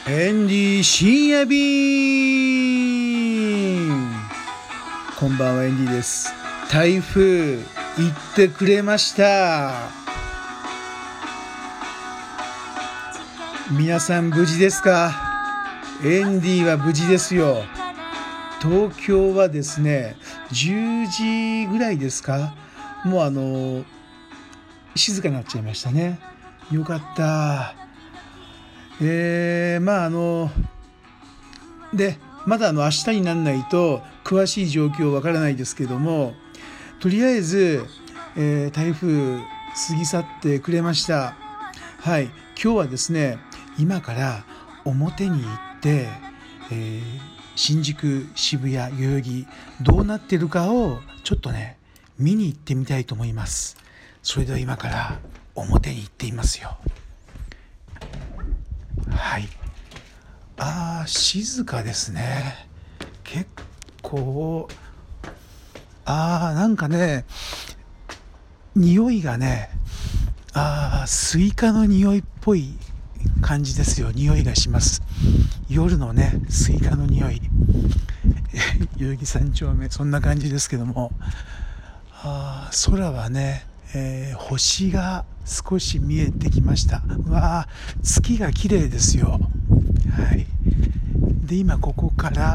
エンディ深夜便。こんばんは、エンディです。台風行ってくれました。皆さん無事ですか？エンディは無事ですよ。東京はですね、10時ぐらいですか、もう静かになっちゃいましたね。よかった。でまだ明日にならないと詳しい状況わからないですけども、とりあえず、台風過ぎ去ってくれました。はい、今日はですね、今から表に行って、新宿、渋谷、代々木どうなってるかをちょっとね見に行ってみたいと思います。それでは今から表に行っていますよ。はい。静かですね。結構なんかね、匂いがね、スイカの匂いっぽい感じですよ。匂いがします。夜のね、スイカの匂い。代々木三丁目、そんな感じですけども、空はね、星が少し見えてきました。月が綺麗ですよ。はい。で今ここから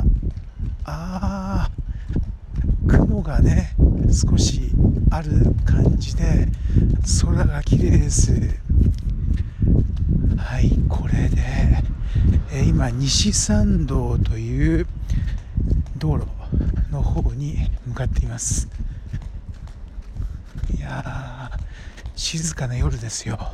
雲がね少しある感じで空が綺麗です。はい、これで、今西参道という道路の方に向かっています。いやー、静かな夜ですよ。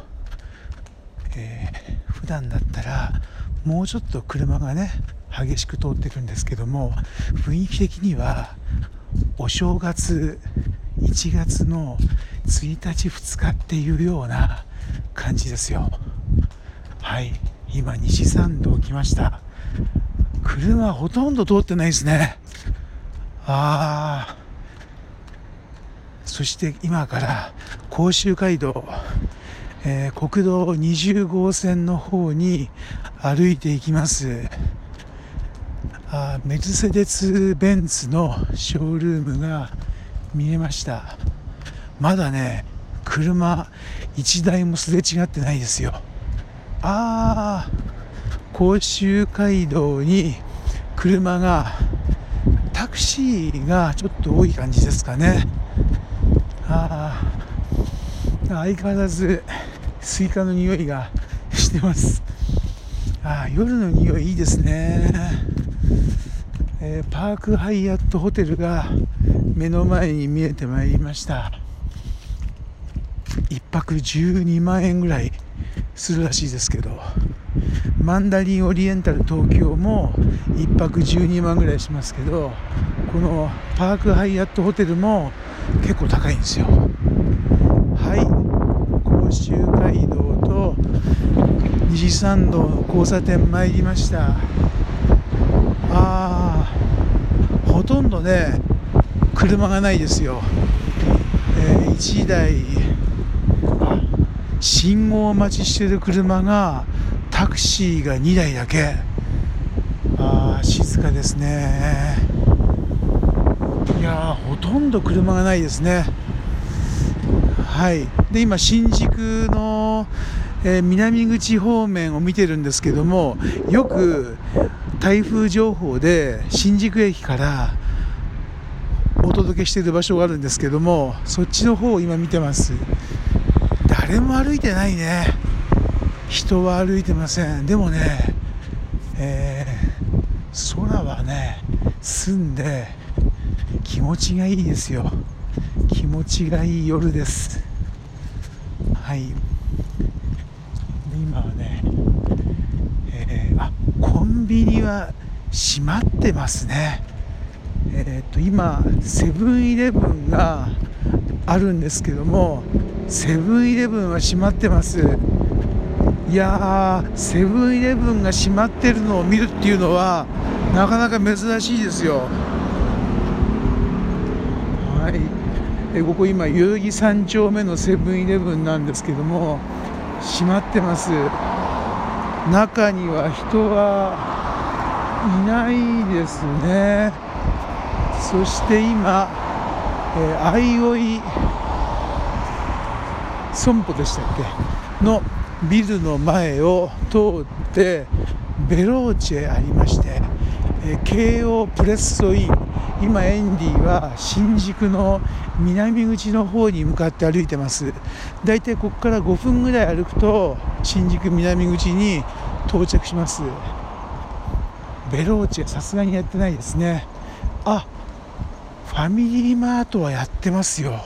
普段だったらもうちょっと車がね激しく通ってるんですけども、雰囲気的にはお正月1月の1日2日っていうような感じですよ。はい、今西参道来ました。車ほとんど通ってないですね。そして今から甲州街道、国道20号線の方に歩いていきます。メルセデス・ベンツのショールームが見えました。まだね車1台もすれ違ってないですよ。甲州街道に車が、タクシーがちょっと多い感じですかね。相変わらずスイカの匂いがしてます。夜の匂いいいですね。パークハイアットホテルが目の前に見えてまいりました。1泊12万円ぐらいするらしいですけど、マンダリンオリエンタル東京も1泊12万ぐらいしますけど、このパークハイアットホテルも結構高いんですよ。はい、甲州街道と西参道の交差点参りました。ほとんどね車がないですよ。1台信号待ちしてる車が、タクシーが2台だけ。静かですね。いやほとんど車がないですね。はい。で今新宿の、南口方面を見てるんですけども、よく台風情報で新宿駅からお届けしている場所があるんですけども、そっちの方を今見てます。誰も歩いてないね。人は歩いてません。でもね、空はね澄んで気持ちがいいですよ。気持ちがいい夜です。はい。で今はね、コンビニは閉まってますね。今セブンイレブンがあるんですけども、セブンイレブンは閉まってます。いやー、セブンイレブンが閉まってるのを見るっていうのはなかなか珍しいですよ。はい。ここ今代々木3丁目のセブンイレブンなんですけども、閉まってます。 中には人はいないですね。そして今、相生損保でしたっけのビルの前を通ってベローチェありまして、京王プレッソイン、今エンディは新宿の南口の方に向かって歩いてます。だいたいここから5分ぐらい歩くと新宿南口に到着します。ベローチェさすがにやってないですね。あ、ファミリーマートはやってますよ。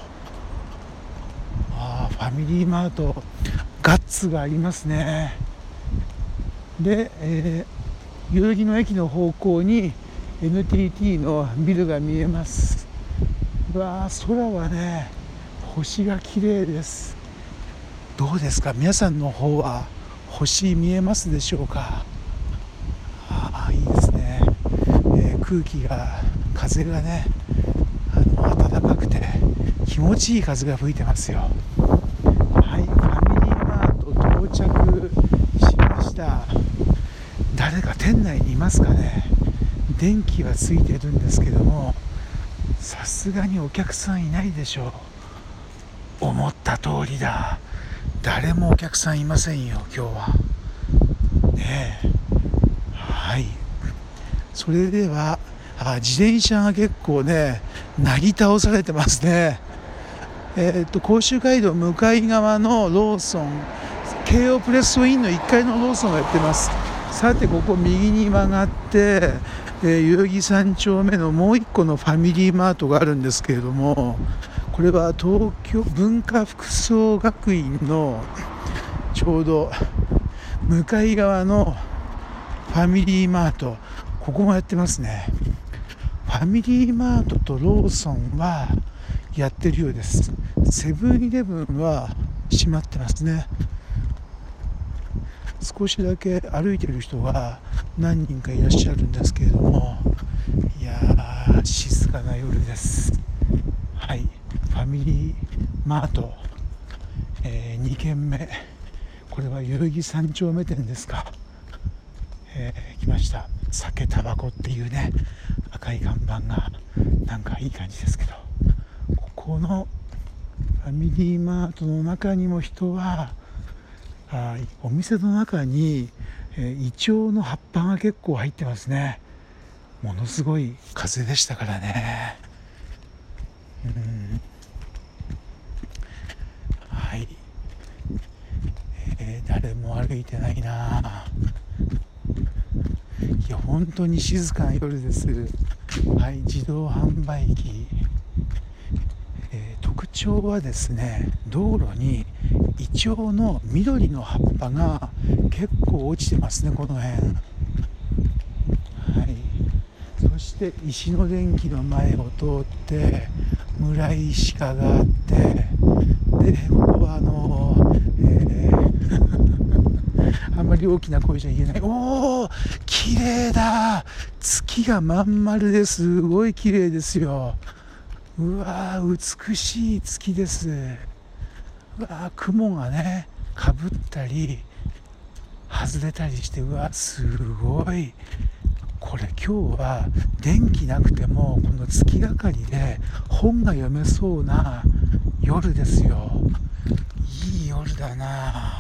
ファミリーマートガッツがありますね。で、代々木の駅の方向に NTT のビルが見えます。うわー、空はね、星が綺麗です。どうですか、皆さんの方は星見えますでしょうか。いいですね。空気が、風がね、暖かくて気持ちいい風が吹いてますよ。はい、ファミリーマート到着しました。誰か店内にいますかね。電気はついてるんですけども、さすがにお客さんいないでしょう。思った通りだ、誰もお客さんいませんよ今日はね。はい、それでは自転車が結構ねなぎ倒されてますね。甲州街道向かい側のローソン、京王プレッソインの1階のローソンがやってます。さてここ右に曲がって、代々木3丁目のもう1個のファミリーマートがあるんですけれども、これは東京文化服装学院のちょうど向かい側のファミリーマート、ここもやってますね。ファミリーマートとローソンはやってるようです。セブンイレブンは閉まってますね。少しだけ歩いてる人が何人かいらっしゃるんですけれども、いやー、静かな夜です。はい、ファミリーマート、2軒目、これは代々木3丁目店ですか。来ました。酒タバコっていうね赤い看板がなんかいい感じですけど、ここのファミリーマートの中にも人は、お店の中に、イチョウの葉っぱが結構入ってますね。ものすごい風でしたからね。はい、誰も歩いてないな。いや本当に静かな夜です。はい、自動販売機、特徴はですね、道路にイチョウの緑の葉っぱが結構落ちてますね、この辺。はい、そして石野電機の前を通って村井鹿があって、でここはあんまり大きな声じゃ言えない。おー、綺麗だ、月がまん丸ですごい綺麗ですよ。うわー、美しい月です。うわー、雲がねかぶったり外れたりして、うわすごい。これ今日は電気なくてもこの月明かりで本が読めそうな夜ですよ。いい夜だな。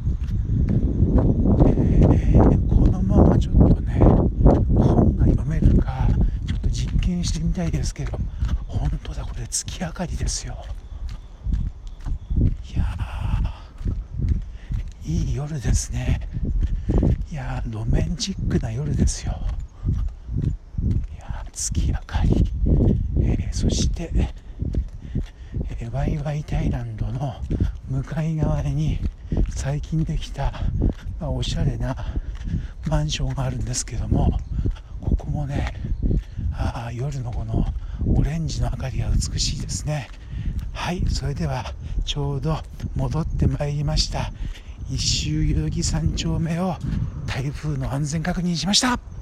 このままちょっとね本が読めるかちょっと実験してみたいですけど、本当だ、これ月明かりですよ。いやー、いい夜ですね。いやー、ロマンチックな夜ですよ。いやー、月明かり、そしてワイワイタイランドの向かい側に最近できた、おしゃれなマンションがあるんですけども、ここもね夜のこのオレンジの明かりが美しいですね。はい、それではちょうど戻ってまいりました。一周代々木3丁目を台風の安全確認しました。